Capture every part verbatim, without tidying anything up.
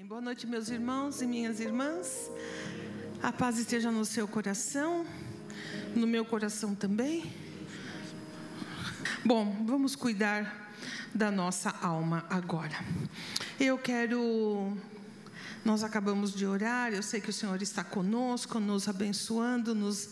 Boa noite, meus irmãos e minhas irmãs. A paz esteja no seu coração, no meu coração também. Bom, vamos cuidar da nossa alma agora. Eu quero... Nós acabamos de orar, eu sei que o Senhor está conosco, nos abençoando, nos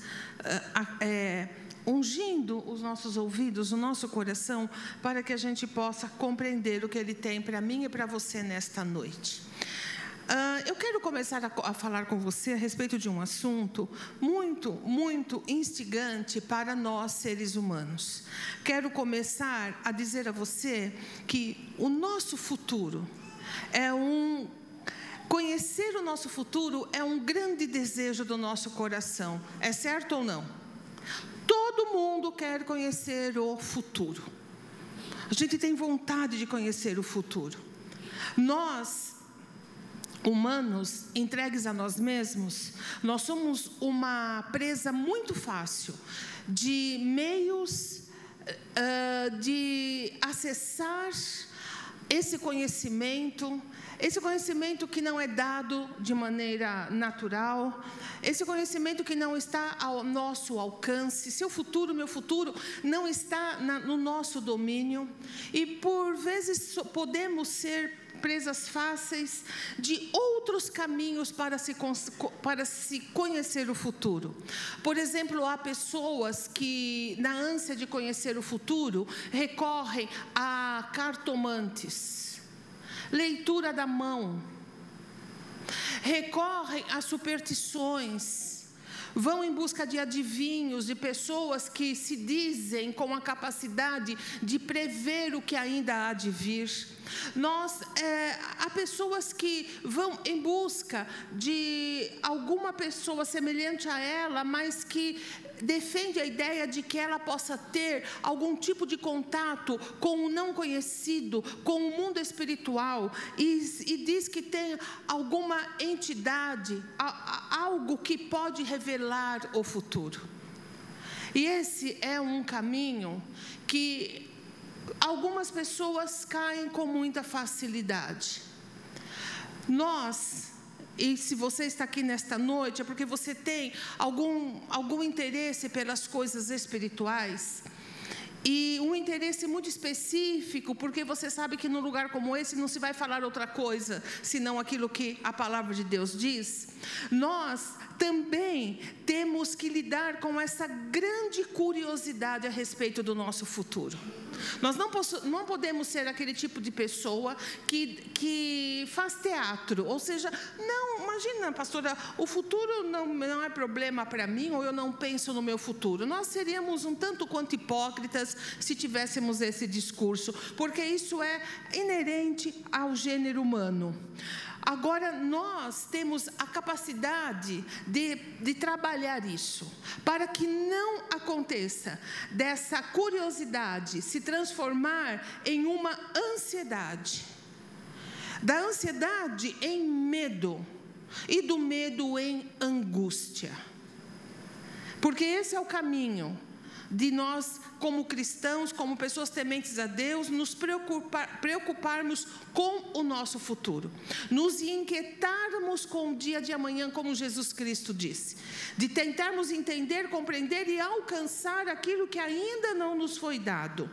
é, ungindo os nossos ouvidos, o nosso coração, para que a gente possa compreender o que Ele tem para mim e para você nesta noite. Uh, eu quero começar a, a falar com você a respeito de um assunto muito, muito instigante para nós, seres humanos. Quero começar a dizer a você que o nosso futuro é um... Conhecer o nosso futuro é um grande desejo do nosso coração. É certo ou não? Todo mundo quer conhecer o futuro. A gente tem vontade de conhecer o futuro. Nós... humanos, entregues a nós mesmos, nós somos uma presa muito fácil de meios uh, de acessar esse conhecimento, esse conhecimento que não é dado de maneira natural, esse conhecimento que não está ao nosso alcance, seu futuro, meu futuro, não está na, no nosso domínio, e por vezes podemos ser presas fáceis de outros caminhos para se, para se conhecer o futuro. Por exemplo, há pessoas que, na ânsia de conhecer o futuro, recorrem a cartomantes, leitura da mão, recorrem a superstições, vão em busca de adivinhos, de pessoas que se dizem com a capacidade de prever o que ainda há de vir. Nós, é, há pessoas que vão em busca de alguma pessoa semelhante a ela, mas que defende a ideia de que ela possa ter algum tipo de contato com o não conhecido, com o mundo espiritual, e, e diz que tem alguma entidade, a, a, algo que pode revelar o futuro. E esse é um caminho que algumas pessoas caem com muita facilidade. Nós... E se você está aqui nesta noite, é porque você tem algum, algum interesse pelas coisas espirituais. E um interesse muito específico, porque você sabe que num lugar como esse não se vai falar outra coisa, senão aquilo que a palavra de Deus diz. Nós também temos que lidar com essa grande curiosidade a respeito do nosso futuro. Nós não, não podemos ser aquele tipo de pessoa que, que faz teatro, ou seja, não, imagina, pastora, o futuro não, não é problema para mim, ou eu não penso no meu futuro. Nós seríamos um tanto quanto hipócritas se tivéssemos esse discurso, porque isso é inerente ao gênero humano. Agora, nós temos a capacidade de, de trabalhar isso, para que não aconteça dessa curiosidade se transformar em uma ansiedade, da ansiedade em medo, e do medo em angústia. Porque esse é o caminho de nós, como cristãos, como pessoas tementes a Deus, nos preocupar, preocuparmos com o nosso futuro, nos inquietarmos com o dia de amanhã, como Jesus Cristo disse, de tentarmos entender, compreender e alcançar aquilo que ainda não nos foi dado.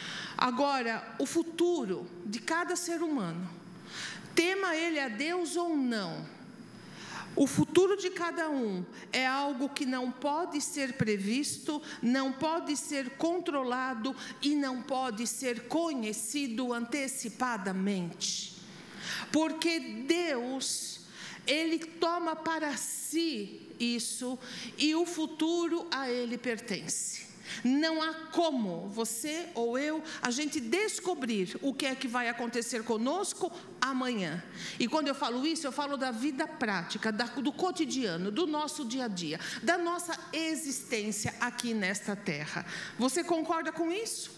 Agora, o futuro de cada ser humano, tema ele a Deus ou não, o futuro de cada um é algo que não pode ser previsto, não pode ser controlado e não pode ser conhecido antecipadamente. Porque Deus, Ele toma para si isso e o futuro a Ele pertence. Não há como você ou eu, a gente descobrir o que é que vai acontecer conosco amanhã. E quando eu falo isso, eu falo da vida prática, da, do cotidiano, do nosso dia a dia, da nossa existência aqui nesta terra. Você concorda com isso?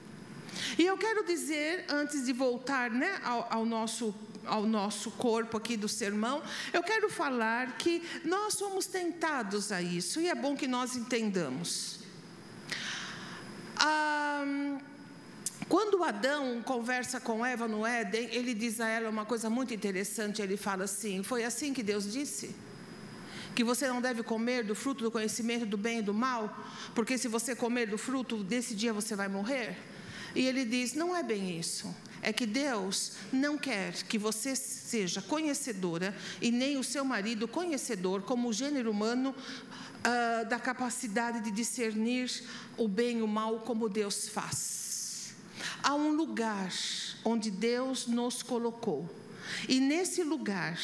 E eu quero dizer, antes de voltar, né, ao, ao nosso... ao nosso corpo aqui do sermão, eu quero falar que nós somos tentados a isso, e é bom que nós entendamos. Ah, Quando Adão conversa com Eva no Éden, ele diz a ela uma coisa muito interessante. Ele fala assim: foi assim que Deus disse? Que você não deve comer do fruto do conhecimento do bem e do mal, porque se você comer do fruto, desse dia você vai morrer? E ele diz: não é bem isso. É que Deus não quer que você seja conhecedora, e nem o seu marido conhecedor, como o gênero humano, uh, da capacidade de discernir o bem e o mal, como Deus faz. Há um lugar onde Deus nos colocou, e nesse lugar,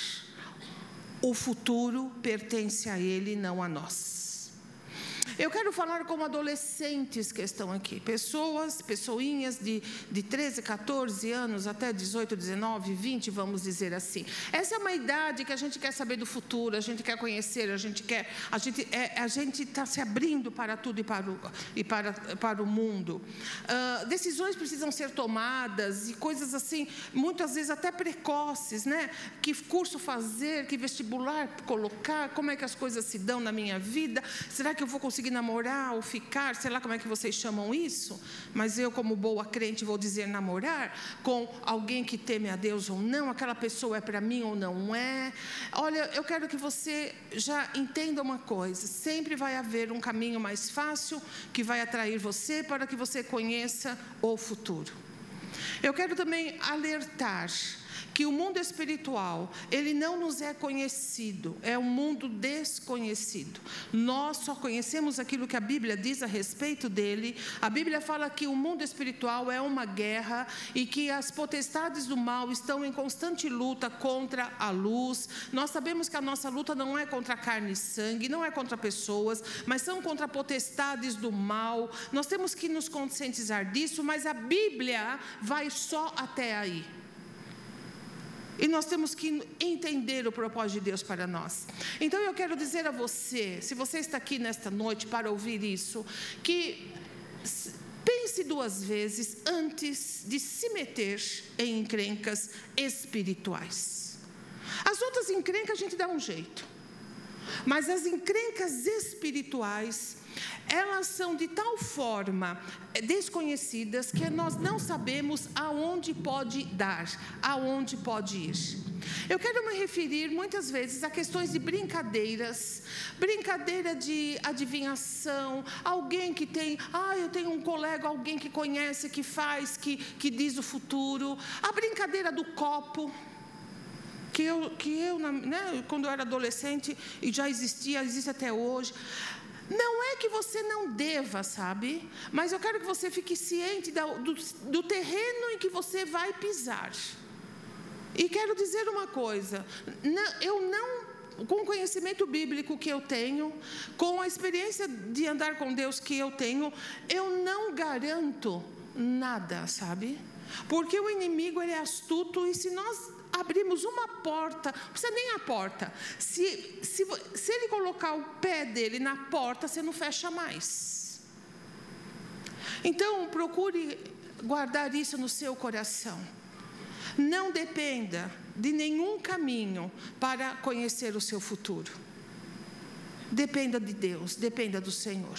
o futuro pertence a Ele, não a nós. Eu quero falar como adolescentes que estão aqui, pessoas, pessoinhas de, de treze, catorze anos até dezoito, dezenove, vinte, vamos dizer assim. Essa é uma idade que a gente quer saber do futuro, a gente quer conhecer, a gente quer, a gente é, a gente está se abrindo para tudo e para o, e para, para o mundo. Uh, decisões precisam ser tomadas e coisas assim, muitas vezes até precoces, né? Que curso fazer, que vestibular colocar, como é que as coisas se dão na minha vida? Será que eu vou conseguir namorar ou ficar, sei lá como é que vocês chamam isso, mas eu, como boa crente, vou dizer namorar com alguém que teme a Deus ou não, aquela pessoa é para mim ou não é. Olha, eu quero que você já entenda uma coisa: sempre vai haver um caminho mais fácil que vai atrair você para que você conheça o futuro. Eu quero também alertar que o mundo espiritual, ele não nos é conhecido, é um mundo desconhecido. Nós só conhecemos aquilo que a Bíblia diz a respeito dele. A Bíblia fala que o mundo espiritual é uma guerra e que as potestades do mal estão em constante luta contra a luz. Nós sabemos que a nossa luta não é contra carne e sangue, não é contra pessoas, mas são contra potestades do mal. Nós temos que nos conscientizar disso, mas a Bíblia vai só até aí. E nós temos que entender o propósito de Deus para nós. Então eu quero dizer a você, se você está aqui nesta noite para ouvir isso, que pense duas vezes antes de se meter em encrencas espirituais. As outras encrencas a gente dá um jeito, mas as encrencas espirituais, elas são de tal forma desconhecidas que nós não sabemos aonde pode dar, aonde pode ir. Eu quero me referir muitas vezes a questões de brincadeiras, brincadeira de adivinhação, alguém que tem, ah, eu tenho um colega, alguém que conhece, que faz, que, que diz o futuro, a brincadeira do copo, que eu, que eu né, quando eu era adolescente, e já existia, existe até hoje. Não é que você não deva, sabe? Mas eu quero que você fique ciente do, do terreno em que você vai pisar. E quero dizer uma coisa, eu não, com o conhecimento bíblico que eu tenho, com a experiência de andar com Deus que eu tenho, eu não garanto nada, sabe? Porque o inimigo, ele é astuto, e se nós abrimos uma porta, não precisa nem a porta, se, se, se ele colocar o pé dele na porta, você não fecha mais. Então, procure guardar isso no seu coração. Não dependa de nenhum caminho para conhecer o seu futuro. Dependa de Deus, dependa do Senhor.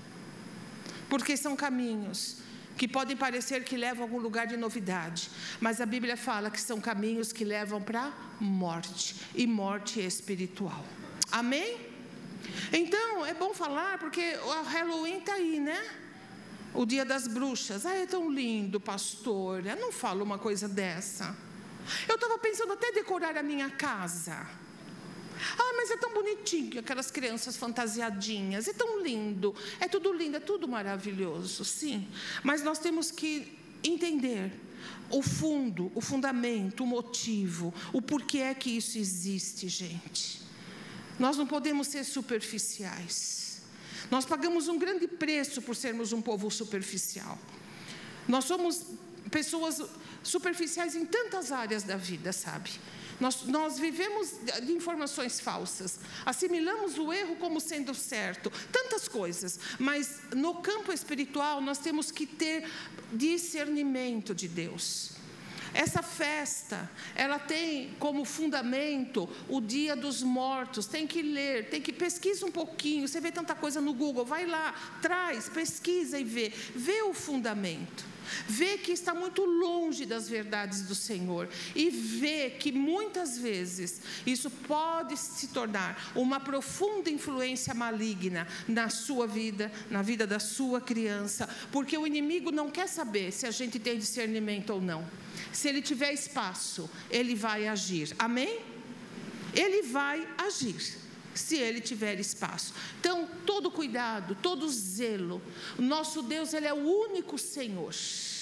Porque são caminhos que podem parecer que levam a algum lugar de novidade, mas a Bíblia fala que são caminhos que levam para a morte, e morte espiritual. Amém? Então, é bom falar, porque o Halloween está aí, né? O dia das bruxas. Ah, é tão lindo, pastor. Eu não falo uma coisa dessa. Eu estava pensando até decorar a minha casa. Ah, mas é tão bonitinho, aquelas crianças fantasiadinhas, é tão lindo, é tudo lindo, é tudo maravilhoso, sim. Mas nós temos que entender o fundo, o fundamento, o motivo, o porquê é que isso existe, gente. Nós não podemos ser superficiais. Nós pagamos um grande preço por sermos um povo superficial. Nós somos pessoas superficiais em tantas áreas da vida, sabe? Nós, nós vivemos de informações falsas, assimilamos o erro como sendo certo, tantas coisas, mas no campo espiritual nós temos que ter discernimento de Deus. Essa festa, ela tem como fundamento o Dia dos Mortos. Tem que ler, tem que pesquisa um pouquinho. Você vê tanta coisa no Google, vai lá, traz, pesquisa e vê. Vê o fundamento. Vê que está muito longe das verdades do Senhor. E vê que muitas vezes isso pode se tornar uma profunda influência maligna na sua vida, na vida da sua criança. Porque o inimigo não quer saber se a gente tem discernimento ou não. Se ele tiver espaço, ele vai agir. Amém? Ele vai agir, se ele tiver espaço. Então, todo cuidado, todo zelo. O nosso Deus, ele é o único Senhor.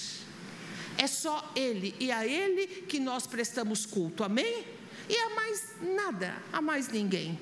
É só Ele, e a Ele que nós prestamos culto. Amém? E a mais nada, a mais ninguém.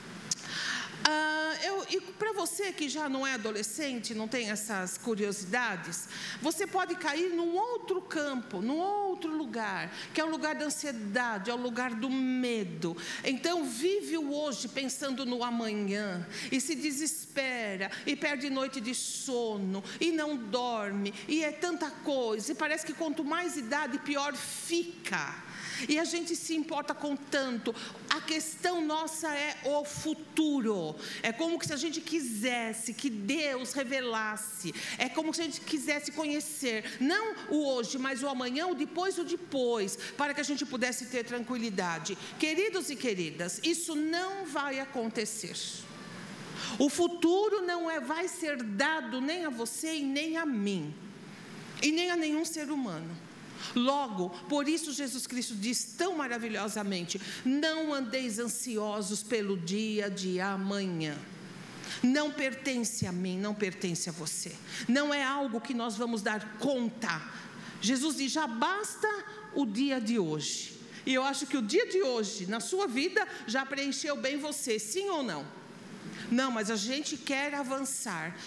Ah, eu, e para você que já não é adolescente, não tem essas curiosidades, você pode cair num outro campo, num outro lugar, que é o lugar da ansiedade, é o lugar do medo. Então vive o hoje pensando no amanhã, e se desespera, e perde noite de sono, e não dorme, e é tanta coisa, e parece que quanto mais idade, pior fica. E a gente se importa com tanto. A questão nossa é o futuro. É como se a gente quisesse que Deus revelasse. É como se a gente quisesse conhecer, não o hoje, mas o amanhã, o depois, o depois, para que a gente pudesse ter tranquilidade. Queridos e queridas, isso não vai acontecer. O futuro não é, vai ser dado nem a você e nem a mim, e nem a nenhum ser humano. Logo, por isso Jesus Cristo diz tão maravilhosamente: não andeis ansiosos pelo dia de amanhã. Não pertence a mim, não pertence a você. Não é algo que nós vamos dar conta. Jesus diz: já basta o dia de hoje. E eu acho que o dia de hoje, na sua vida, já preencheu bem você, sim ou não? Não, mas a gente quer avançar.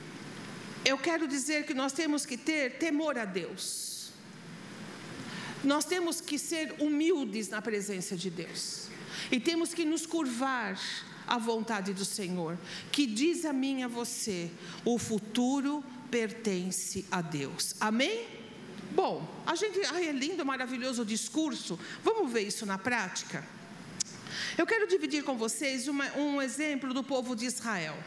Eu quero dizer que nós temos que ter temor a Deus. Nós temos que ser humildes na presença de Deus. E temos que nos curvar à vontade do Senhor, que diz a mim e a você: o futuro pertence a Deus. Amém? Bom, a gente, ai, é lindo, maravilhoso o discurso. Vamos ver isso na prática? Eu quero dividir com vocês uma, um exemplo do povo de Israel.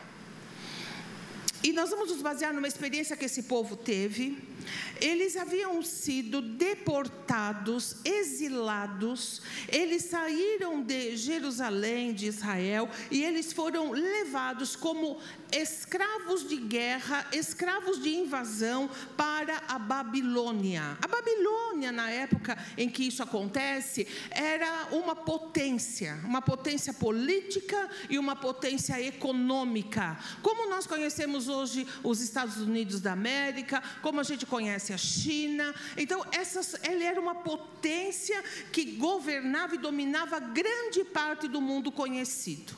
E nós vamos nos basear numa experiência que esse povo teve. Eles haviam sido deportados, exilados. Eles saíram de Jerusalém, de Israel, e eles foram levados como escravos de guerra, escravos de invasão para a Babilônia. A Babilônia, na época em que isso acontece, era uma potência, uma potência política e uma potência econômica. Como nós conhecemos hoje os Estados Unidos da América, como a gente conhece a China. Então, essas, ele era uma potência que governava e dominava grande parte do mundo conhecido.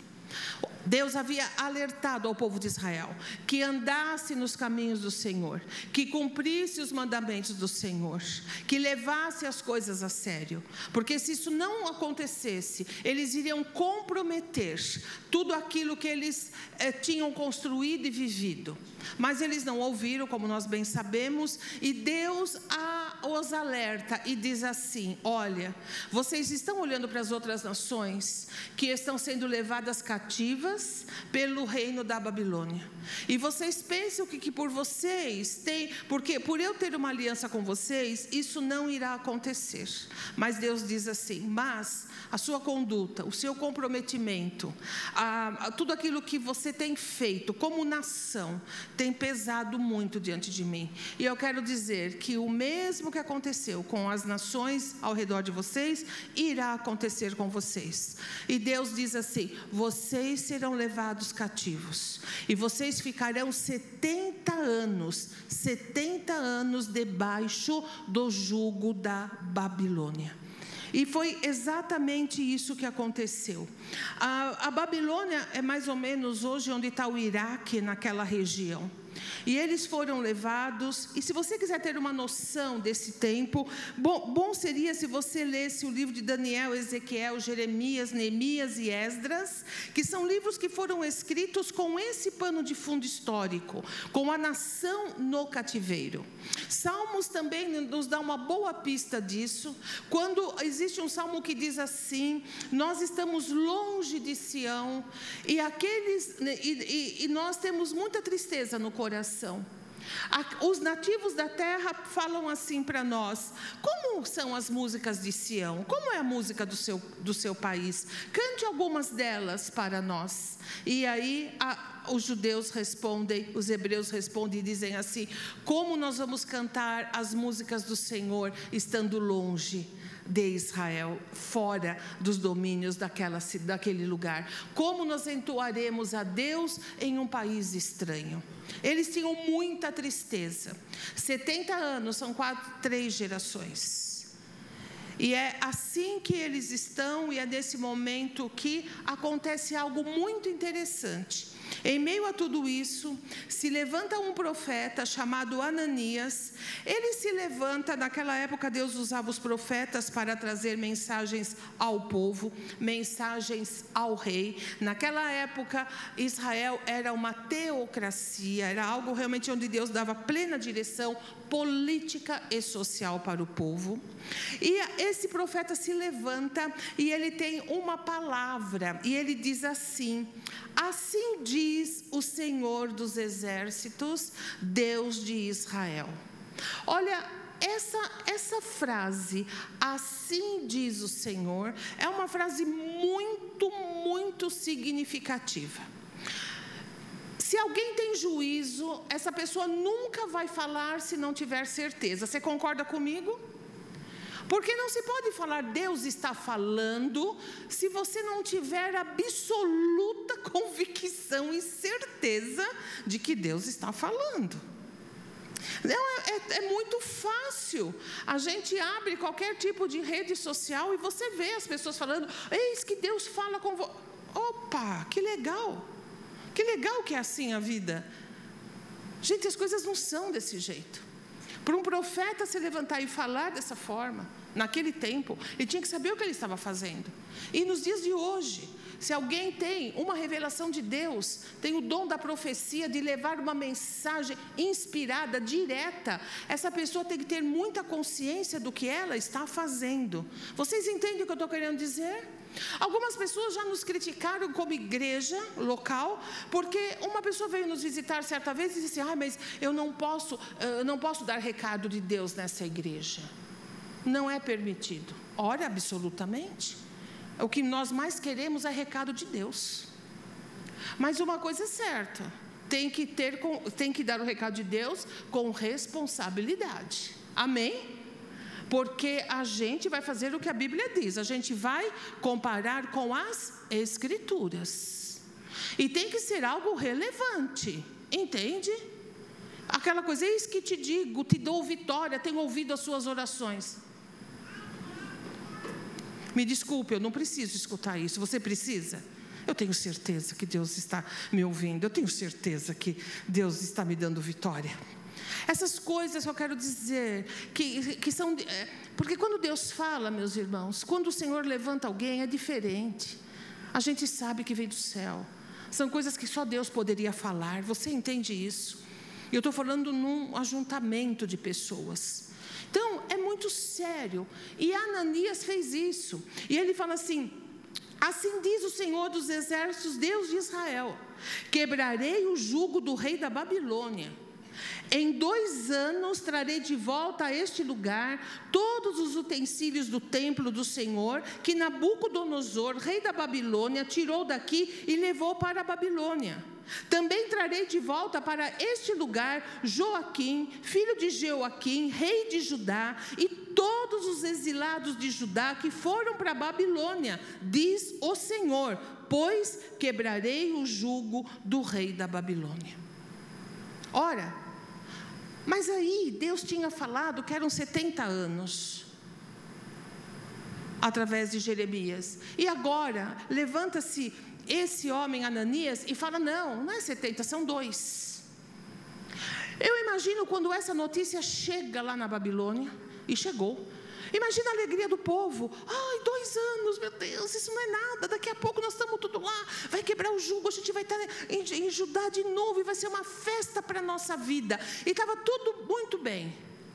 Deus havia alertado ao povo de Israel que andasse nos caminhos do Senhor, que cumprisse os mandamentos do Senhor, que levasse as coisas a sério, porque se isso não acontecesse, eles iriam comprometer tudo aquilo que eles eh, tinham construído e vivido. Mas eles não ouviram, como nós bem sabemos, e Deus a, os alerta e diz assim: olha, vocês estão olhando para as outras nações que estão sendo levadas cativas pelo reino da Babilônia, e vocês pensam que, que por vocês tem, porque por eu ter uma aliança com vocês, isso não irá acontecer. Mas Deus diz assim: mas a sua conduta, o seu comprometimento, a, a, tudo aquilo que você tem feito como nação, tem pesado muito diante de mim. E eu quero dizer que o mesmo que aconteceu com as nações ao redor de vocês, irá acontecer com vocês. E Deus diz assim: vocês serão levados cativos, e vocês ficarão setenta anos, setenta anos debaixo do jugo da Babilônia. E foi exatamente isso que aconteceu. A, a Babilônia é mais ou menos hoje onde está o Iraque, naquela região. E eles foram levados, e se você quiser ter uma noção desse tempo, bom, bom seria se você lesse o livro de Daniel, Ezequiel, Jeremias, Neemias e Esdras, que são livros que foram escritos com esse pano de fundo histórico, com a nação no cativeiro. Salmos também nos dá uma boa pista disso, quando existe um salmo que diz assim: nós estamos longe de Sião, e, aqueles, e, e, e nós temos muita tristeza no coração. Os nativos da terra falam assim para nós: como são as músicas de Sião? Como é a música do seu, do seu país? Cante algumas delas para nós. E aí a, os judeus respondem, os hebreus respondem e dizem assim: como nós vamos cantar as músicas do Senhor estando longe de Israel, fora dos domínios daquela, daquele lugar? Como nós entoaremos a Deus em um país estranho? Eles tinham muita tristeza. setenta anos, são quatro, três gerações. E é assim que eles estão, e é nesse momento que acontece algo muito interessante. Em meio a tudo isso, se levanta um profeta chamado Ananias. Ele se levanta, naquela época Deus usava os profetas para trazer mensagens ao povo, mensagens ao rei. Naquela época, Israel era uma teocracia, era algo realmente onde Deus dava plena direção política e social para o povo. E esse profeta se levanta e ele tem uma palavra, e ele diz assim: assim diz o Senhor dos exércitos, Deus de Israel. Olha, essa, essa frase, assim diz o Senhor, é uma frase muito, muito significativa. Se alguém tem juízo, essa pessoa nunca vai falar se não tiver certeza. Você concorda comigo? Porque não se pode falar Deus está falando se você não tiver absoluta convicção e certeza de que Deus está falando. Não, é, é muito fácil. A gente abre qualquer tipo de rede social e você vê as pessoas falando: eis que Deus fala com você. Opa, que legal. Que legal que é assim a vida. Gente, as coisas não são desse jeito. Para um profeta se levantar e falar dessa forma, naquele tempo, ele tinha que saber o que ele estava fazendo. E nos dias de hoje, se alguém tem uma revelação de Deus, tem o dom da profecia, de levar uma mensagem inspirada, direta, essa pessoa tem que ter muita consciência do que ela está fazendo. Vocês entendem o que eu estou querendo dizer? Algumas pessoas já nos criticaram como igreja local, porque uma pessoa veio nos visitar certa vez e disse assim: ah, mas eu não posso, eu não posso dar recado de Deus nessa igreja. Não é permitido. Ora, absolutamente. O que nós mais queremos é recado de Deus. Mas uma coisa é certa, tem que ter, tem que dar o recado de Deus com responsabilidade. Amém? Porque a gente vai fazer o que a Bíblia diz, a gente vai comparar com as Escrituras. E tem que ser algo relevante, entende? Aquela coisa: eis que te digo, te dou vitória, tenho ouvido as suas orações. Me desculpe, eu não preciso escutar isso. Você precisa? Eu tenho certeza que Deus está me ouvindo, eu tenho certeza que Deus está me dando vitória. Essas coisas que eu quero dizer, que, que são... É, porque quando Deus fala, meus irmãos, quando o Senhor levanta alguém, é diferente. A gente sabe que vem do céu. São coisas que só Deus poderia falar. Você entende isso? Eu estou falando num ajuntamento de pessoas. Então, é muito sério. E Ananias fez isso. E ele fala assim: assim diz o Senhor dos exércitos, Deus de Israel: quebrarei o jugo do rei da Babilônia. Em dois anos trarei de volta a este lugar todos os utensílios do templo do Senhor que Nabucodonosor, rei da Babilônia, tirou daqui e levou para a Babilônia. Também trarei de volta para este lugar Joaquim, filho de Jeoaquim, rei de Judá, e todos os exilados de Judá que foram para a Babilônia, diz o Senhor, pois quebrarei o jugo do rei da Babilônia. Ora, mas aí Deus tinha falado que eram setenta anos, através de Jeremias. E agora, levanta-se esse homem Ananias e fala: não, não é setenta, são dois. Eu imagino quando essa notícia chega lá na Babilônia, e chegou. Imagina a alegria do povo. Ai, dois anos, meu Deus, isso não é nada. Daqui a pouco nós estamos tudo lá. Vai quebrar o jugo, a gente vai estar em, em Judá de novo. E vai ser uma festa para a nossa vida. E estava tudo muito bem.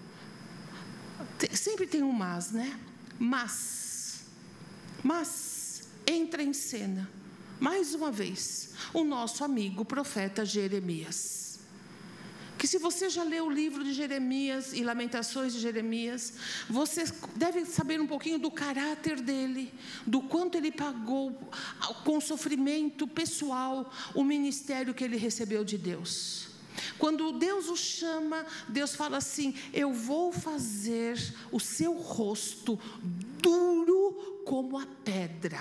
Tem, sempre tem um mas, né? Mas, mas, entra em cena, mais uma vez, o nosso amigo profeta Jeremias. Que se você já leu o livro de Jeremias e Lamentações de Jeremias, você deve saber um pouquinho do caráter dele, do quanto ele pagou com sofrimento pessoal o ministério que ele recebeu de Deus. Quando Deus o chama, Deus fala assim: eu vou fazer o seu rosto duro como a pedra.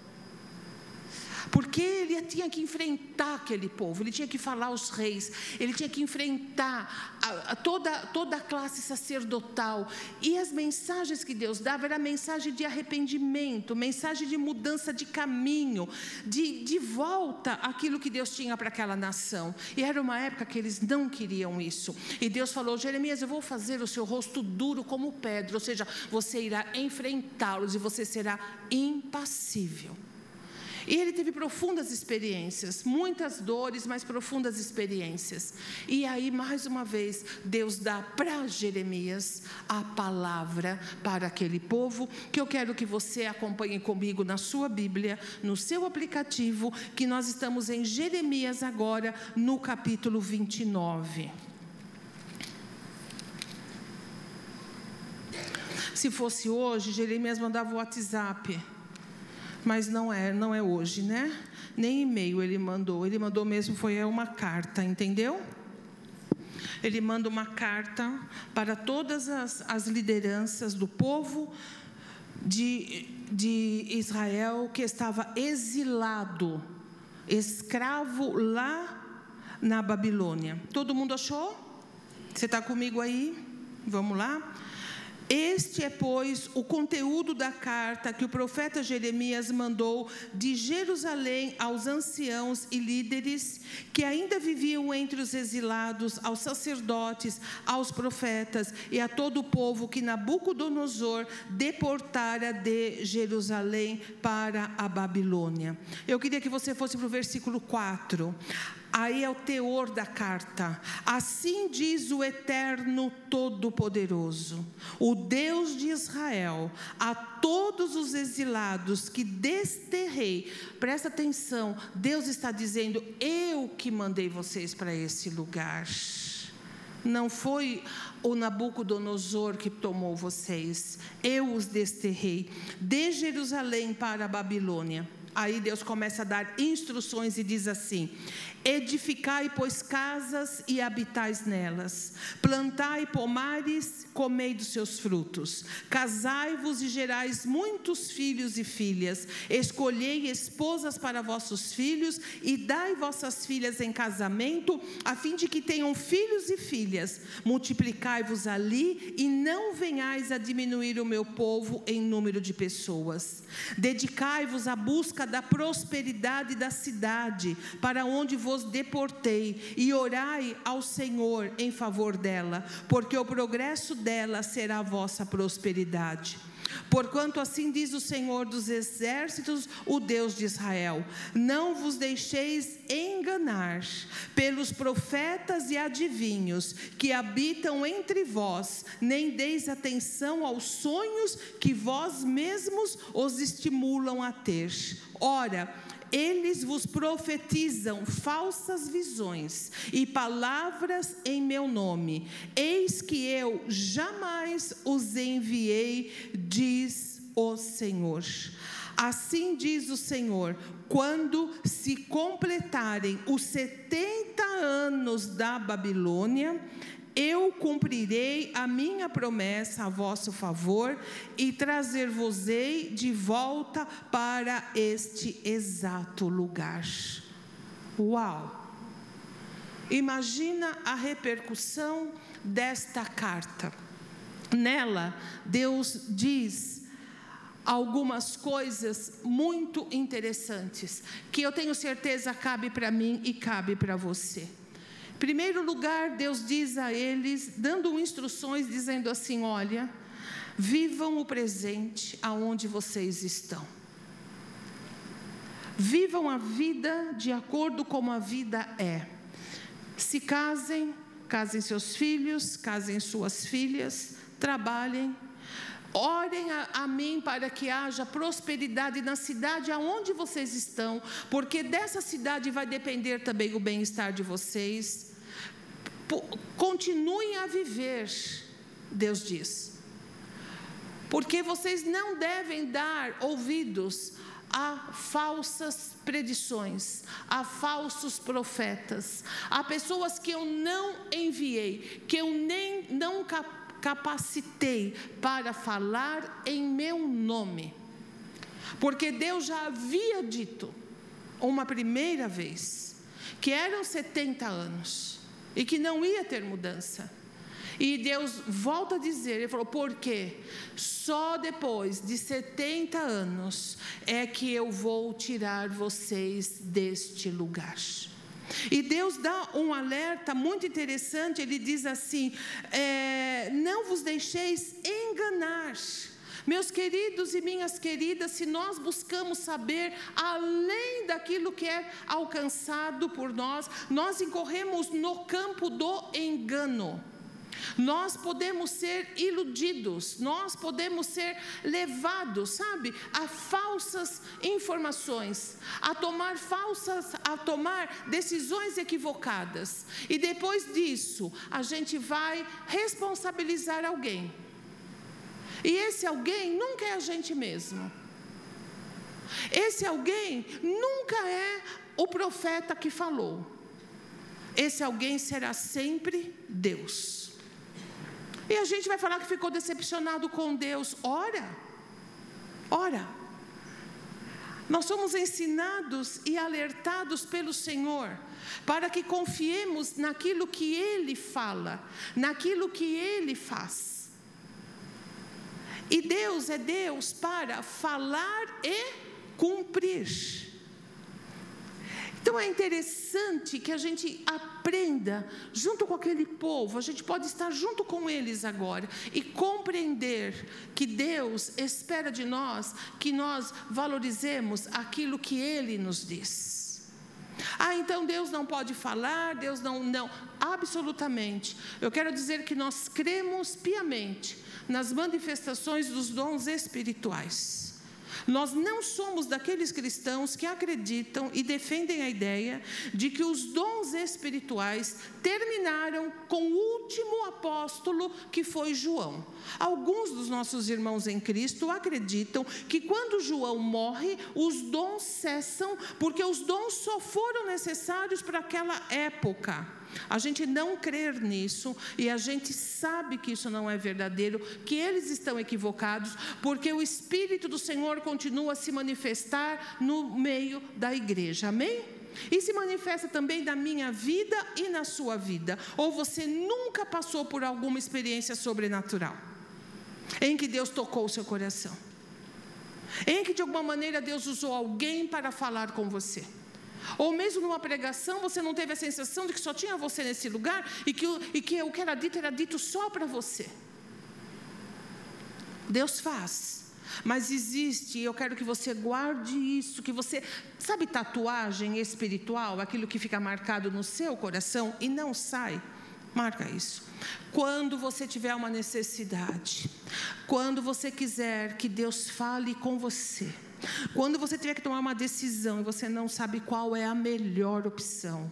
Porque ele tinha que enfrentar aquele povo, ele tinha que falar aos reis, ele tinha que enfrentar a, a toda, toda a classe sacerdotal. E as mensagens que Deus dava era mensagem de arrependimento, mensagem de mudança de caminho, de, de volta àquilo que Deus tinha para aquela nação. E era uma época que eles não queriam isso. E Deus falou: Jeremias, eu vou fazer o seu rosto duro como pedra, ou seja, você irá enfrentá-los e você será impassível. E ele teve profundas experiências, muitas dores, mas profundas experiências. E aí, mais uma vez, Deus dá para Jeremias a palavra para aquele povo, que eu quero que você acompanhe comigo na sua Bíblia, no seu aplicativo, que nós estamos em Jeremias agora, no capítulo vinte e nove. Se fosse hoje, Jeremias mandava o WhatsApp. Mas não é, não é hoje, né? Nem e-mail ele mandou. Ele mandou mesmo, foi uma carta, entendeu? Ele manda uma carta para todas as, as lideranças do povo de, de Israel que estava exilado, escravo lá na Babilônia. Todo mundo achou? Você está comigo aí? Vamos lá? Este é, pois, o conteúdo da carta que o profeta Jeremias mandou de Jerusalém aos anciãos e líderes que ainda viviam entre os exilados, aos sacerdotes, aos profetas e a todo o povo que Nabucodonosor deportara de Jerusalém para a Babilônia. Eu queria que você fosse para o versículo quatro. Aí é o teor da carta. Assim diz o Eterno Todo-Poderoso, o Deus de Israel, a todos os exilados que desterrei. Presta atenção, Deus está dizendo: eu que mandei vocês para esse lugar. Não foi o Nabucodonosor que tomou vocês, eu os desterrei de Jerusalém para a Babilônia. Aí Deus começa a dar instruções e diz assim: edificai, pois, casas e habitais nelas, plantai pomares, comei dos seus frutos, casai-vos e gerais muitos filhos e filhas, escolhei esposas para vossos filhos e dai vossas filhas em casamento, a fim de que tenham filhos e filhas, multiplicai-vos ali e não venhais a diminuir o meu povo em número de pessoas, dedicai-vos à busca da prosperidade da cidade, para onde vos deportei, e orai ao Senhor em favor dela, porque o progresso dela será a vossa prosperidade. Porquanto assim diz o Senhor dos exércitos, o Deus de Israel: não vos deixeis enganar pelos profetas e adivinhos que habitam entre vós, nem deis atenção aos sonhos que vós mesmos os estimulam a ter. Ora, eles vos profetizam falsas visões e palavras em meu nome. Eis que eu jamais os enviei, diz o Senhor. Assim diz o Senhor: quando se completarem os setenta anos da Babilônia, eu cumprirei a minha promessa a vosso favor e trazer-vos-ei de volta para este exato lugar. Uau! Imagina a repercussão desta carta. Nela, Deus diz algumas coisas muito interessantes, que eu tenho certeza cabe para mim e cabe para você. Em primeiro lugar, Deus diz a eles, dando instruções, dizendo assim: olha, vivam o presente aonde vocês estão. Vivam a vida de acordo como a vida é. Se casem, casem seus filhos, casem suas filhas, trabalhem, orem a, a mim para que haja prosperidade na cidade aonde vocês estão, porque dessa cidade vai depender também o bem-estar de vocês. Continuem a viver, Deus diz, porque vocês não devem dar ouvidos a falsas predições, a falsos profetas, a pessoas que eu não enviei, que eu nem não capacitei para falar em meu nome, porque Deus já havia dito uma primeira vez que eram setenta anos e que não ia ter mudança. E Deus volta a dizer, Ele falou, por quê? Só depois de setenta anos é que eu vou tirar vocês deste lugar. E Deus dá um alerta muito interessante, Ele diz assim, é, não vos deixeis enganar. Meus queridos e minhas queridas, se nós buscamos saber além daquilo que é alcançado por nós, nós incorremos no campo do engano. Nós podemos ser iludidos, nós podemos ser levados, sabe, a falsas informações, a tomar falsas, a tomar decisões equivocadas. E depois disso, a gente vai responsabilizar alguém. E esse alguém nunca é a gente mesmo. Esse alguém nunca é o profeta que falou. Esse alguém será sempre Deus. E a gente vai falar que ficou decepcionado com Deus. Ora, ora. Nós somos ensinados e alertados pelo Senhor para que confiemos naquilo que Ele fala, naquilo que Ele faz. E Deus é Deus para falar e cumprir. Então é interessante que a gente aprenda junto com aquele povo, a gente pode estar junto com eles agora e compreender que Deus espera de nós que nós valorizemos aquilo que Ele nos diz. Ah, então Deus não pode falar, Deus não, não, absolutamente. Eu quero dizer que nós cremos piamente nas manifestações dos dons espirituais. Nós não somos daqueles cristãos que acreditam e defendem a ideia de que os dons espirituais terminaram com o último apóstolo, que foi João. Alguns dos nossos irmãos em Cristo acreditam que quando João morre, os dons cessam, porque os dons só foram necessários para aquela época. A gente não crê nisso e a gente sabe que isso não é verdadeiro, que eles estão equivocados, porque o Espírito do Senhor continua a se manifestar no meio da igreja, amém? E se manifesta também na minha vida e na sua vida. Ou você nunca passou por alguma experiência sobrenatural, em que Deus tocou o seu coração, em que de alguma maneira Deus usou alguém para falar com você. Ou mesmo numa pregação, você não teve a sensação de que só tinha você nesse lugar e que, e que o que era dito era dito só para você. Deus faz, mas existe, e eu quero que você guarde isso, que você, sabe tatuagem espiritual, aquilo que fica marcado no seu coração e não sai? Marca isso. Quando você tiver uma necessidade, quando você quiser que Deus fale com você, quando você tiver que tomar uma decisão e você não sabe qual é a melhor opção,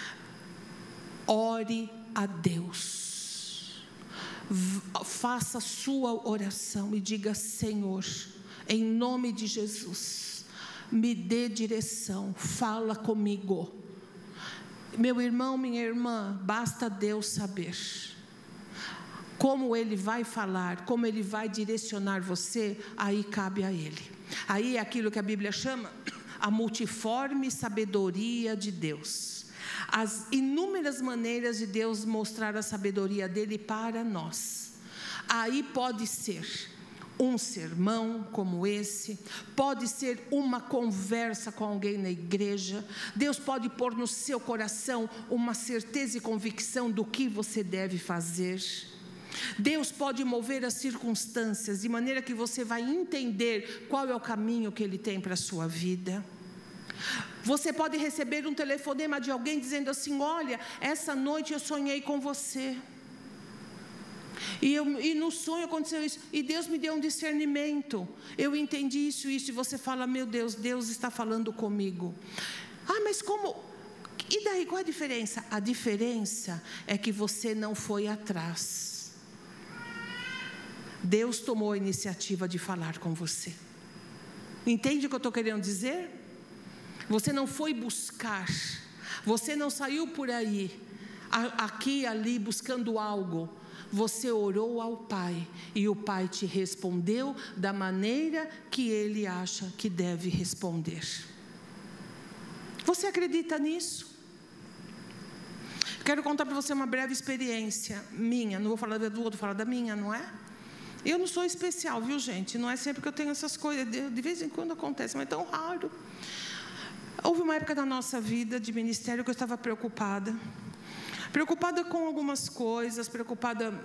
ore a Deus. Faça a sua oração e diga: Senhor, em nome de Jesus, me dê direção, fala comigo. Meu irmão, minha irmã, basta Deus saber como Ele vai falar, como Ele vai direcionar você, aí cabe a Ele. Aí é aquilo que a Bíblia chama a multiforme sabedoria de Deus. As inúmeras maneiras de Deus mostrar a sabedoria dEle para nós. Aí pode ser um sermão como esse, pode ser uma conversa com alguém na igreja. Deus pode pôr no seu coração uma certeza e convicção do que você deve fazer. Deus pode mover as circunstâncias de maneira que você vai entender qual é o caminho que Ele tem para a sua vida. Você pode receber um telefonema de alguém dizendo assim: olha, essa noite eu sonhei com você. E, eu, e no sonho aconteceu isso. E Deus me deu um discernimento. Eu entendi isso, isso. E você fala, meu Deus, Deus está falando comigo. Ah, mas como? E daí, qual a diferença? A diferença é que você não foi atrás. Deus tomou a iniciativa de falar com você. Entende o que eu estou querendo dizer? Você não foi buscar. Você não saiu por aí, aqui e ali, buscando algo. Você orou ao Pai e o Pai te respondeu da maneira que Ele acha que deve responder. Você acredita nisso? Quero contar para você uma breve experiência minha. Não vou falar do outro, vou falar da minha, não é? Eu não sou especial, viu, gente? Não é sempre que eu tenho essas coisas. De vez em quando acontece, mas é tão raro. Houve uma época da nossa vida de ministério que eu estava preocupada. Preocupada com algumas coisas, preocupada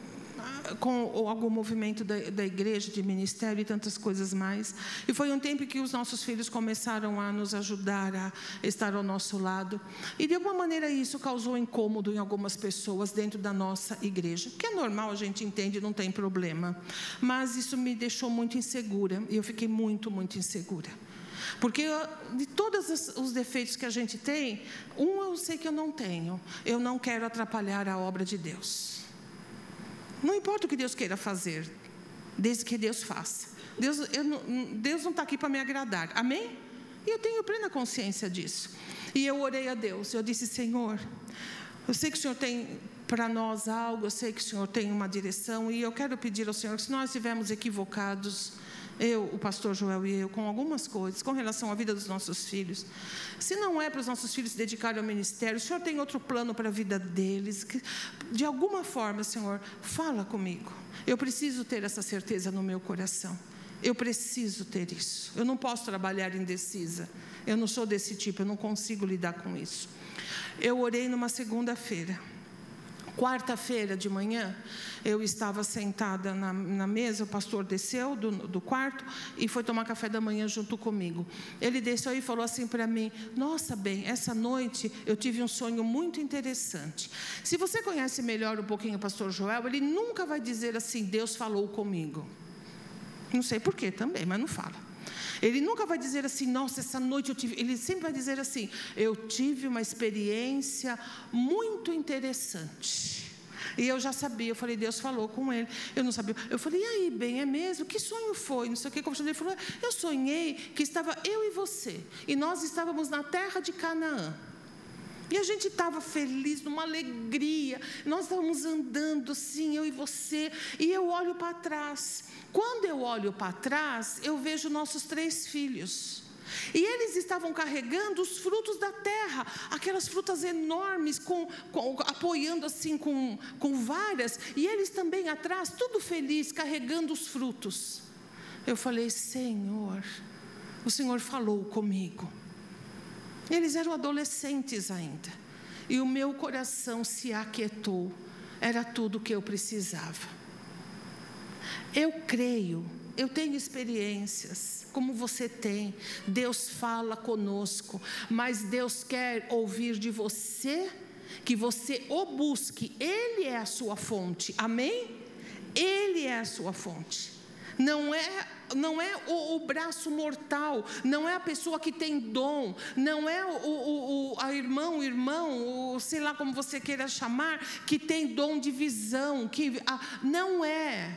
com algum movimento da, da igreja, de ministério e tantas coisas mais. E foi um tempo que os nossos filhos começaram a nos ajudar, a estar ao nosso lado. E de alguma maneira isso causou incômodo em algumas pessoas dentro da nossa igreja, que é normal, a gente entende, não tem problema. Mas isso me deixou muito insegura, e eu fiquei muito, muito insegura. Porque de todos os defeitos que a gente tem, um eu sei que eu não tenho. Eu não quero atrapalhar a obra de Deus. Não importa o que Deus queira fazer, desde que Deus faça. Deus, eu não, Deus não está aqui para me agradar, amém? E eu tenho plena consciência disso. E eu orei a Deus, eu disse, Senhor, eu sei que o Senhor tem para nós algo, eu sei que o Senhor tem uma direção, e eu quero pedir ao Senhor que se nós estivermos equivocados, eu, o pastor Joel e eu, com algumas coisas, com relação à vida dos nossos filhos. Se não é para os nossos filhos se dedicarem ao ministério, o Senhor tem outro plano para a vida deles. Que, de alguma forma, Senhor, fala comigo. Eu preciso ter essa certeza no meu coração. Eu preciso ter isso. Eu não posso trabalhar indecisa. Eu não sou desse tipo, eu não consigo lidar com isso. Eu orei numa segunda-feira. Quarta-feira de manhã, eu estava sentada na, na mesa, o pastor desceu do, do quarto e foi tomar café da manhã junto comigo. Ele desceu e falou assim para mim, nossa, bem, essa noite eu tive um sonho muito interessante. Se você conhece melhor um pouquinho o pastor Joel, ele nunca vai dizer assim, Deus falou comigo. Não sei por quê também, mas não fala. Ele nunca vai dizer assim, nossa, essa noite eu tive... Ele sempre vai dizer assim, eu tive uma experiência muito interessante. E eu já sabia, eu falei, Deus falou com ele. Eu não sabia. Eu falei, e aí, bem, é mesmo? Que sonho foi? Não sei o que. Ele falou, eu sonhei que estava eu e você. E nós estávamos na terra de Canaã. E a gente estava feliz, numa alegria. Nós estávamos andando assim, eu e você. E eu olho para trás. Quando eu olho para trás, eu vejo nossos três filhos. E eles estavam carregando os frutos da terra. Aquelas frutas enormes, com, com, apoiando assim com, com varas. E eles também atrás, tudo feliz, carregando os frutos. Eu falei, Senhor, o Senhor falou comigo. Eles eram adolescentes ainda. E o meu coração se aquietou. Era tudo o que eu precisava. Eu creio, eu tenho experiências, como você tem. Deus fala conosco. Mas Deus quer ouvir de você, que você o busque. Ele é a sua fonte. Amém? Ele é a sua fonte. Não é... Não é o, o braço mortal, não é a pessoa que tem dom, não é o, o, o a irmão, o irmão, o, sei lá como você queira chamar, que tem dom de visão, que, a, não é.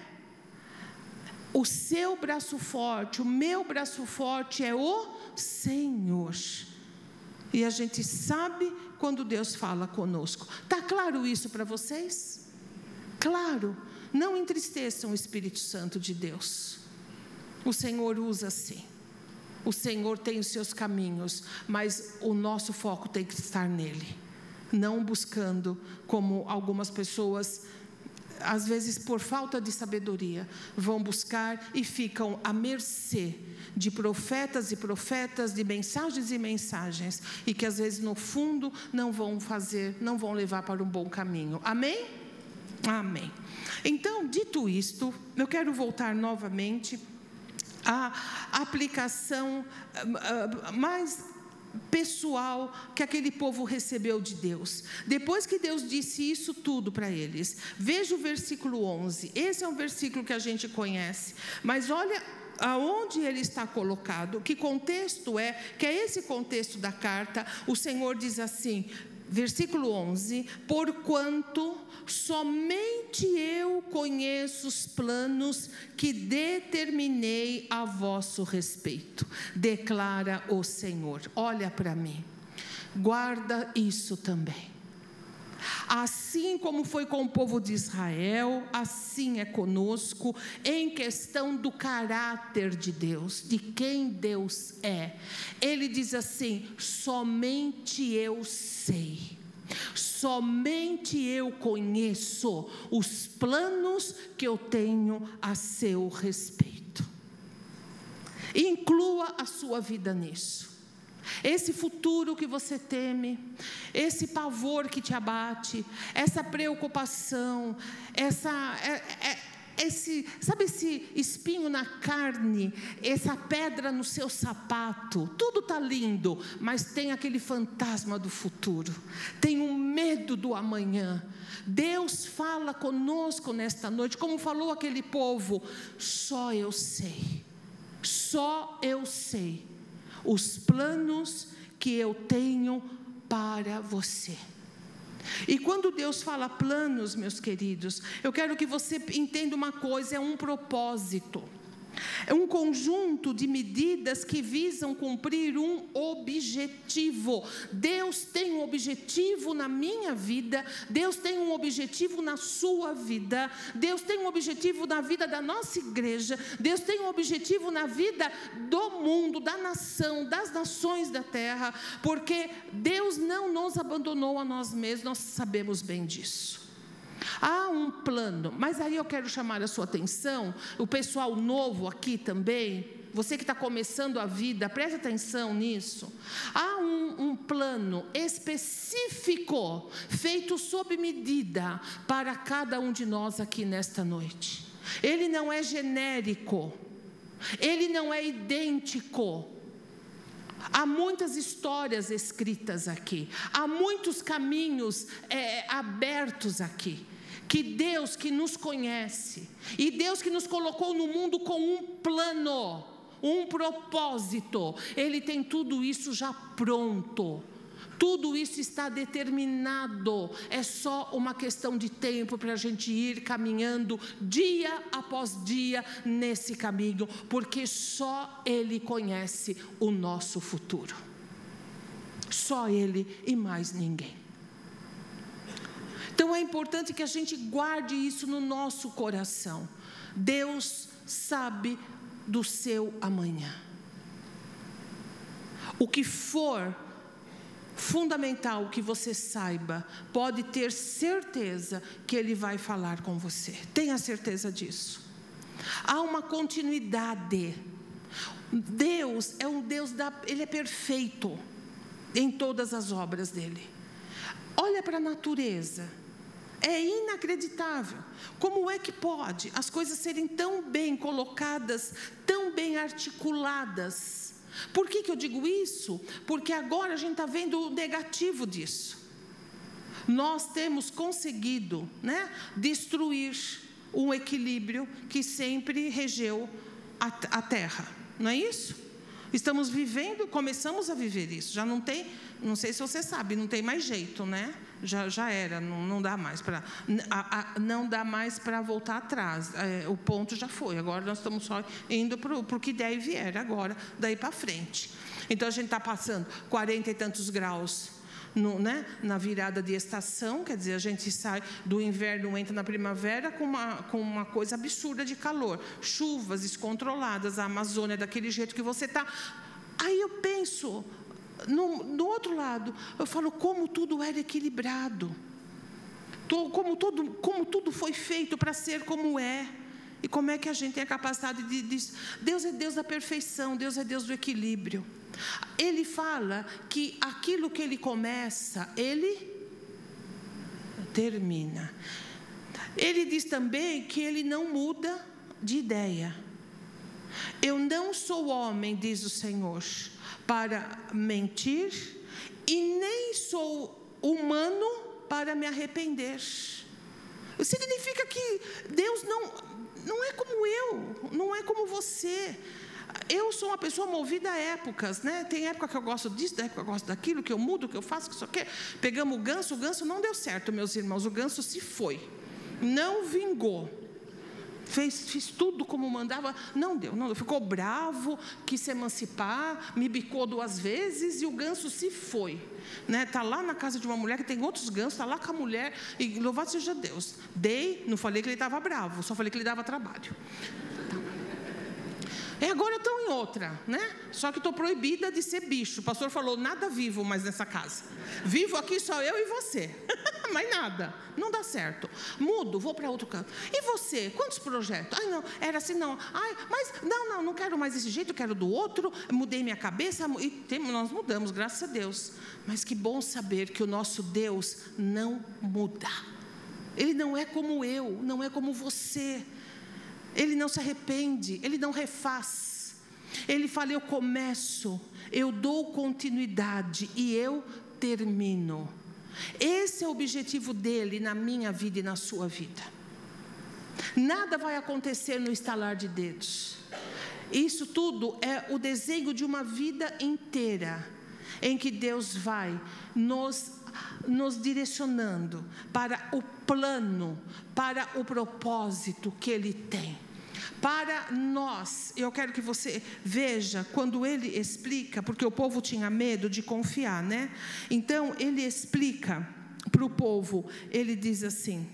O seu braço forte, o meu braço forte é o Senhor. E a gente sabe quando Deus fala conosco. Está claro isso para vocês? Claro, não entristeçam o Espírito Santo de Deus. O Senhor usa sim. O Senhor tem os seus caminhos, mas o nosso foco tem que estar nele. Não buscando, como algumas pessoas, às vezes por falta de sabedoria, vão buscar e ficam à mercê de profetas e profetas, de mensagens e mensagens, e que às vezes no fundo não vão fazer, não vão levar para um bom caminho. Amém? Amém. Então, dito isto, eu quero voltar novamente a aplicação mais pessoal que aquele povo recebeu de Deus. Depois que Deus disse isso tudo para eles, veja o versículo onze. Esse é um versículo que a gente conhece, mas olha aonde ele está colocado, que contexto é, que é esse contexto da carta. O Senhor diz assim, versículo onze: porquanto somente eu conheço os planos que determinei a vosso respeito, declara o Senhor. Olha para mim, guarda isso também. Assim como foi com o povo de Israel, assim é conosco em questão do caráter de Deus, de quem Deus é. Ele diz assim: somente eu sei, somente eu conheço os planos que eu tenho a seu respeito. Inclua a sua vida nisso. Esse futuro que você teme, esse pavor que te abate, essa preocupação, essa, é, é, esse, sabe esse espinho na carne, essa pedra no seu sapato, tudo está lindo, mas tem aquele fantasma do futuro, tem um medo do amanhã. Deus fala conosco nesta noite, como falou aquele povo: só eu sei, só eu sei os planos que eu tenho para você. E quando Deus fala planos, meus queridos, eu quero que você entenda uma coisa: é um propósito, é um conjunto de medidas que visam cumprir um objetivo. Deus tem um objetivo na minha vida, Deus tem um objetivo na sua vida, Deus tem um objetivo na vida da nossa igreja, Deus tem um objetivo na vida do mundo, da nação, das nações da terra, porque Deus não nos abandonou a nós mesmos, nós sabemos bem disso. Há um plano, mas aí eu quero chamar a sua atenção, o pessoal novo aqui também, você que está começando a vida, preste atenção nisso. Há um, um plano específico, feito sob medida, para cada um de nós aqui nesta noite. Ele não é genérico, ele não é idêntico. Há muitas histórias escritas aqui, há muitos caminhos é, abertos aqui, que Deus que nos conhece, e Deus que nos colocou no mundo com um plano, um propósito, Ele tem tudo isso já pronto, tudo isso está determinado, é só uma questão de tempo para a gente ir caminhando dia após dia nesse caminho, porque só Ele conhece o nosso futuro, só Ele e mais ninguém. Então é importante que a gente guarde isso no nosso coração. Deus sabe do seu amanhã. O que for fundamental que você saiba, pode ter certeza que Ele vai falar com você. Tenha certeza disso. Há uma continuidade. Deus é um Deus, da, Ele é perfeito em todas as obras dEle. Olha para a natureza. É inacreditável. Como é que pode as coisas serem tão bem colocadas, tão bem articuladas? Por que que eu digo isso? Porque agora a gente está vendo o negativo disso. Nós temos conseguido, né, destruir um equilíbrio que sempre regeu a, a terra. Não é isso? Estamos vivendo, começamos a viver isso. Já não tem, não sei se você sabe, não tem mais jeito, né? Já, já era, não, não dá mais para não dá mais para voltar atrás. É, o ponto já foi. Agora nós estamos só indo para o que der e vier agora, daí para frente. Então a gente está passando quarenta e tantos graus no, né, na virada de estação, quer dizer, a gente sai do inverno, entra na primavera com uma, com uma coisa absurda de calor, chuvas descontroladas, a Amazônia daquele jeito que você está. Aí eu penso, no, no outro lado, eu falo como tudo era equilibrado, como, todo, como tudo foi feito para ser como é. E como é que a gente tem a capacidade de, de... Deus é Deus da perfeição, Deus é Deus do equilíbrio. Ele fala que aquilo que Ele começa, Ele termina. Ele diz também que Ele não muda de ideia. Eu não sou homem, diz o Senhor, para mentir, e nem sou humano para me arrepender. Significa que Deus não, não é como eu, não é como você. Eu sou uma pessoa movida a épocas, né? Tem época que eu gosto disso, da época que eu gosto daquilo, que eu mudo, que eu faço, que isso aqui. Pegamos o ganso, o ganso não deu certo, meus irmãos. O ganso se foi, não vingou. Fez, fiz tudo como mandava, não deu, não deu. Ficou bravo, quis se emancipar, me bicou duas vezes e o ganso se foi. Né? Tá lá na casa de uma mulher que tem outros gansos, está lá com a mulher, e louvado seja Deus. Dei, não falei que ele estava bravo, só falei que ele dava trabalho. E agora eu estou em outra, né? Só que estou proibida de ser bicho. O pastor falou, nada vivo mais nessa casa. Vivo aqui só eu e você. Mais nada. Não dá certo. Mudo, vou para outro canto. E você? Quantos projetos? Ai, não, era assim, não. Ai, mas, não, não, não quero mais desse jeito, quero do outro. Mudei minha cabeça e tem, nós mudamos, graças a Deus. Mas que bom saber que o nosso Deus não muda. Ele não é como eu, não é como você. Ele não se arrepende, Ele não refaz. Ele fala, eu começo, eu dou continuidade e eu termino. Esse é o objetivo dele na minha vida e na sua vida. Nada vai acontecer no estalar de dedos. Isso tudo é o desenho de uma vida inteira, em que Deus vai nos, nos direcionando para o plano, para o propósito que Ele tem. Para nós, eu quero que você veja, quando Ele explica, porque o povo tinha medo de confiar, né? Então, Ele explica para o povo, Ele diz assim,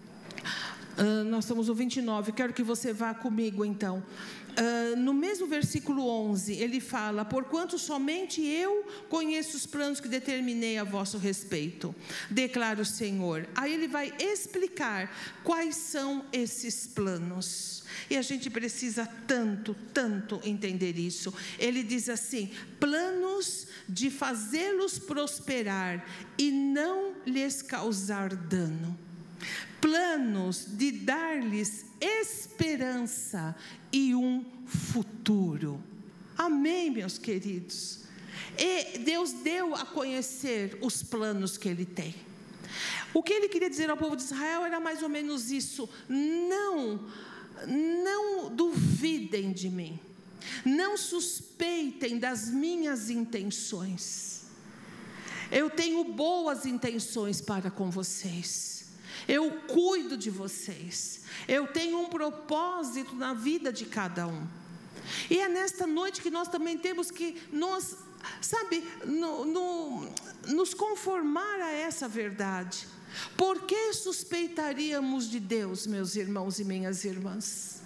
uh, nós estamos no vinte e nove, quero que você vá comigo então. Uh, no mesmo versículo onze, ele fala, porquanto somente eu conheço os planos que determinei a vosso respeito, declara o Senhor. Aí ele vai explicar quais são esses planos. E a gente precisa tanto, tanto entender isso. Ele diz assim, planos de fazê-los prosperar e não lhes causar dano. Planos de dar-lhes esperança e um futuro. Amém, meus queridos? E Deus deu a conhecer os planos que Ele tem. O que Ele queria dizer ao povo de Israel era mais ou menos isso. Não, não duvidem de mim. Não suspeitem das minhas intenções. Eu tenho boas intenções para com vocês. Eu cuido de vocês. Eu tenho um propósito na vida de cada um. E é nesta noite que nós também temos que nos, sabe, no, no, nos conformar a essa verdade. Por que suspeitaríamos de Deus, meus irmãos e minhas irmãs?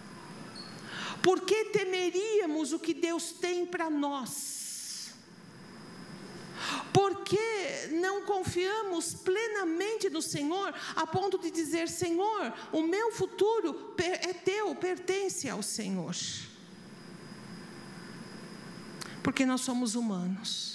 Por que temeríamos o que Deus tem para nós? Por que não confiamos plenamente no Senhor, a ponto de dizer, Senhor, o meu futuro é teu, pertence ao Senhor? Porque nós somos humanos.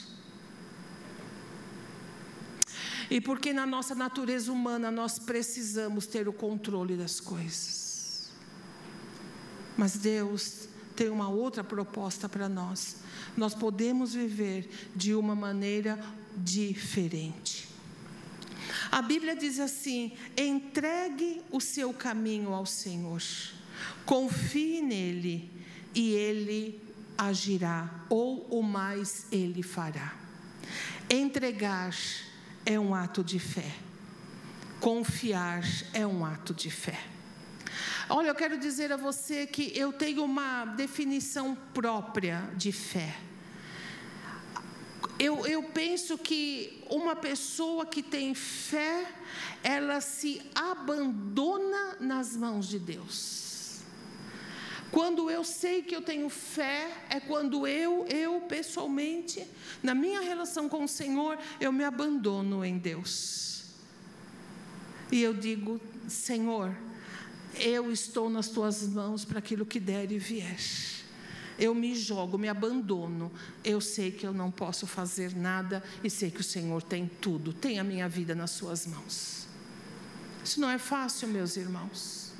E porque na nossa natureza humana nós precisamos ter o controle das coisas. Mas Deus tem uma outra proposta para nós. Nós podemos viver de uma maneira diferente. A Bíblia diz assim, entregue o seu caminho ao Senhor, confie nele e Ele agirá, ou o mais Ele fará. Entregar é um ato de fé, confiar é um ato de fé. Olha, eu quero dizer a você que eu tenho uma definição própria de fé. Eu, eu penso que uma pessoa que tem fé, ela se abandona nas mãos de Deus. Quando eu sei que eu tenho fé, é quando eu, eu pessoalmente, na minha relação com o Senhor, eu me abandono em Deus. E eu digo, Senhor, eu estou nas tuas mãos para aquilo que der e vier. Eu me jogo, me abandono. Eu sei que eu não posso fazer nada e sei que o Senhor tem tudo, tem a minha vida nas suas mãos. Isso não é fácil, meus irmãos.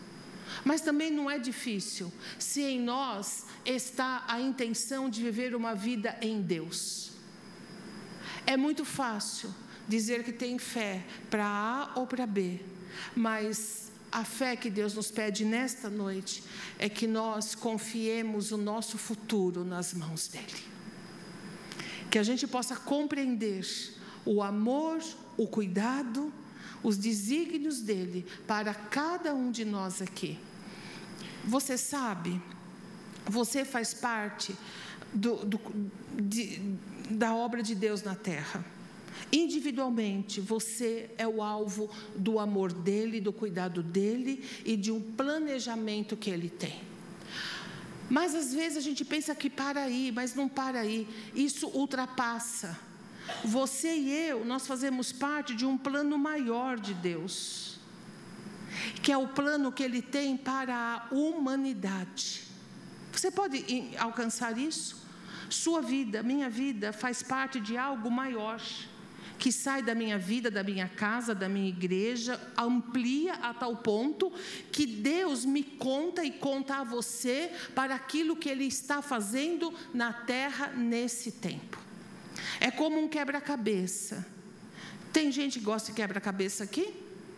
Mas também não é difícil, se em nós está a intenção de viver uma vida em Deus. É muito fácil dizer que tem fé para A ou para B, mas a fé que Deus nos pede nesta noite é que nós confiemos o nosso futuro nas mãos dEle. Que a gente possa compreender o amor, o cuidado, os desígnios dEle para cada um de nós aqui. Você sabe, você faz parte do, do, de, da obra de Deus na terra. Individualmente, você é o alvo do amor dEle, do cuidado dEle e de um planejamento que Ele tem. Mas às vezes a gente pensa que para aí, mas não para aí. Isso ultrapassa. Você e eu, nós fazemos parte de um plano maior de Deus, que é o plano que Ele tem para a humanidade. Você pode alcançar isso? Sua vida, minha vida, faz parte de algo maior, que sai da minha vida, da minha casa, da minha igreja, amplia a tal ponto que Deus me conta e conta a você para aquilo que Ele está fazendo na terra nesse tempo. É como um quebra-cabeça. Tem gente que gosta de quebra-cabeça aqui?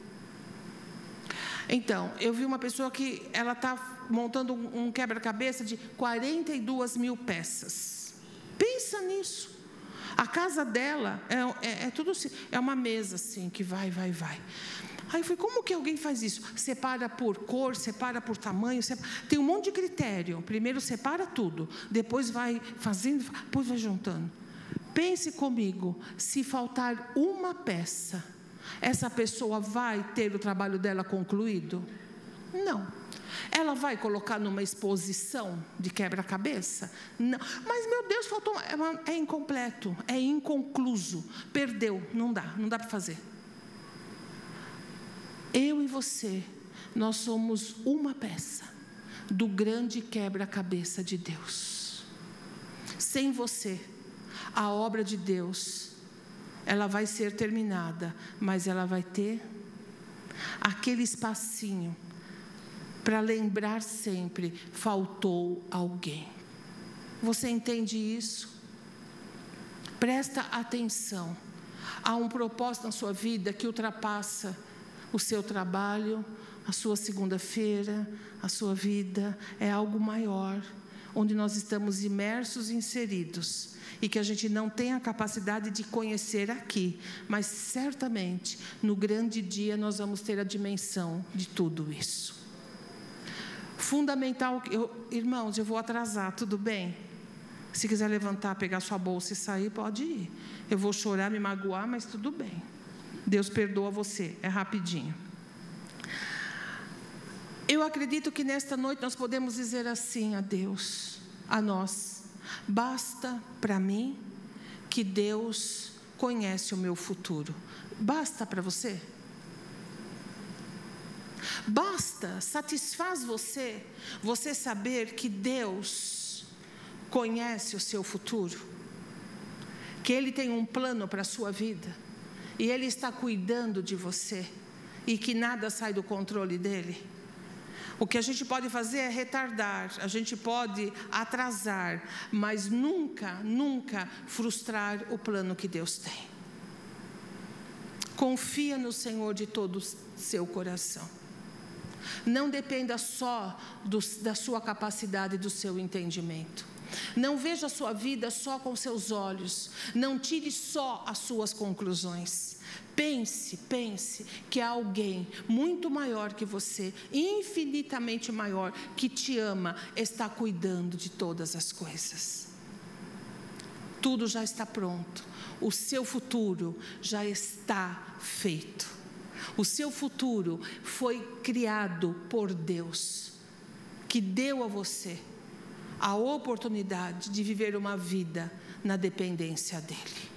Então, eu vi uma pessoa que ela está montando um quebra-cabeça de quarenta e duas mil peças. Pensa nisso. A casa dela é, é, é tudo assim, é uma mesa assim, que vai, vai, vai. Aí eu falei, como que alguém faz isso? Separa por cor, separa por tamanho, separa, tem um monte de critério. Primeiro separa tudo, depois vai fazendo, depois vai juntando. Pense comigo, se faltar uma peça, essa pessoa vai ter o trabalho dela concluído? Não. Ela vai colocar numa exposição de quebra-cabeça? Não. Mas, meu Deus, faltou uma, é, uma, é incompleto, é inconcluso, perdeu, não dá, não dá para fazer. Eu e você, nós somos uma peça do grande quebra-cabeça de Deus. Sem você, a obra de Deus, ela vai ser terminada, mas ela vai ter aquele espacinho para lembrar sempre, faltou alguém. Você entende isso? Presta atenção. Há um propósito na sua vida que ultrapassa o seu trabalho, a sua segunda-feira, a sua vida. É algo maior, onde nós estamos imersos e inseridos, e que a gente não tem a capacidade de conhecer aqui, mas certamente no grande dia nós vamos ter a dimensão de tudo isso. Fundamental, eu, irmãos, eu vou atrasar, tudo bem? Se quiser levantar, pegar sua bolsa e sair, pode ir. Eu vou chorar, me magoar, mas tudo bem. Deus perdoa você, é rapidinho. Eu acredito que nesta noite nós podemos dizer assim a Deus, a nós: basta para mim que Deus conhece o meu futuro. Basta para você? Basta, satisfaz você, você saber que Deus conhece o seu futuro, que Ele tem um plano para a sua vida, e Ele está cuidando de você, e que nada sai do controle dEle. O que a gente pode fazer é retardar, a gente pode atrasar, mas nunca, nunca frustrar o plano que Deus tem. Confia no Senhor de todo o seu coração. Não dependa só do, da sua capacidade e do seu entendimento. Não veja a sua vida só com seus olhos. Não tire só as suas conclusões. Pense, pense que há alguém muito maior que você, infinitamente maior, que te ama, está cuidando de todas as coisas. Tudo já está pronto. O seu futuro já está feito. O seu futuro foi criado por Deus, que deu a você a oportunidade de viver uma vida na dependência dEle.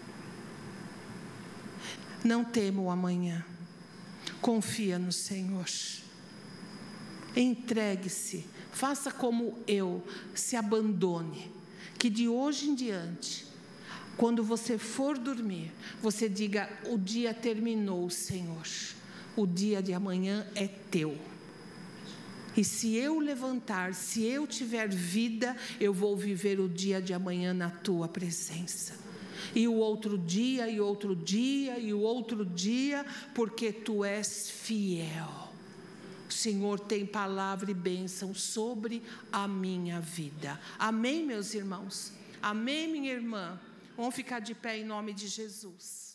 Não tema o amanhã, confia no Senhor. Entregue-se, faça como eu, se abandone, que de hoje em diante, quando você for dormir, você diga: o dia terminou, Senhor, o dia de amanhã é teu. E se eu levantar, se eu tiver vida, eu vou viver o dia de amanhã na tua presença. E o outro dia, e outro dia, e o outro dia, porque tu és fiel. O Senhor tem palavra e bênção sobre a minha vida. Amém, meus irmãos? Amém, minha irmã? Vamos ficar de pé em nome de Jesus.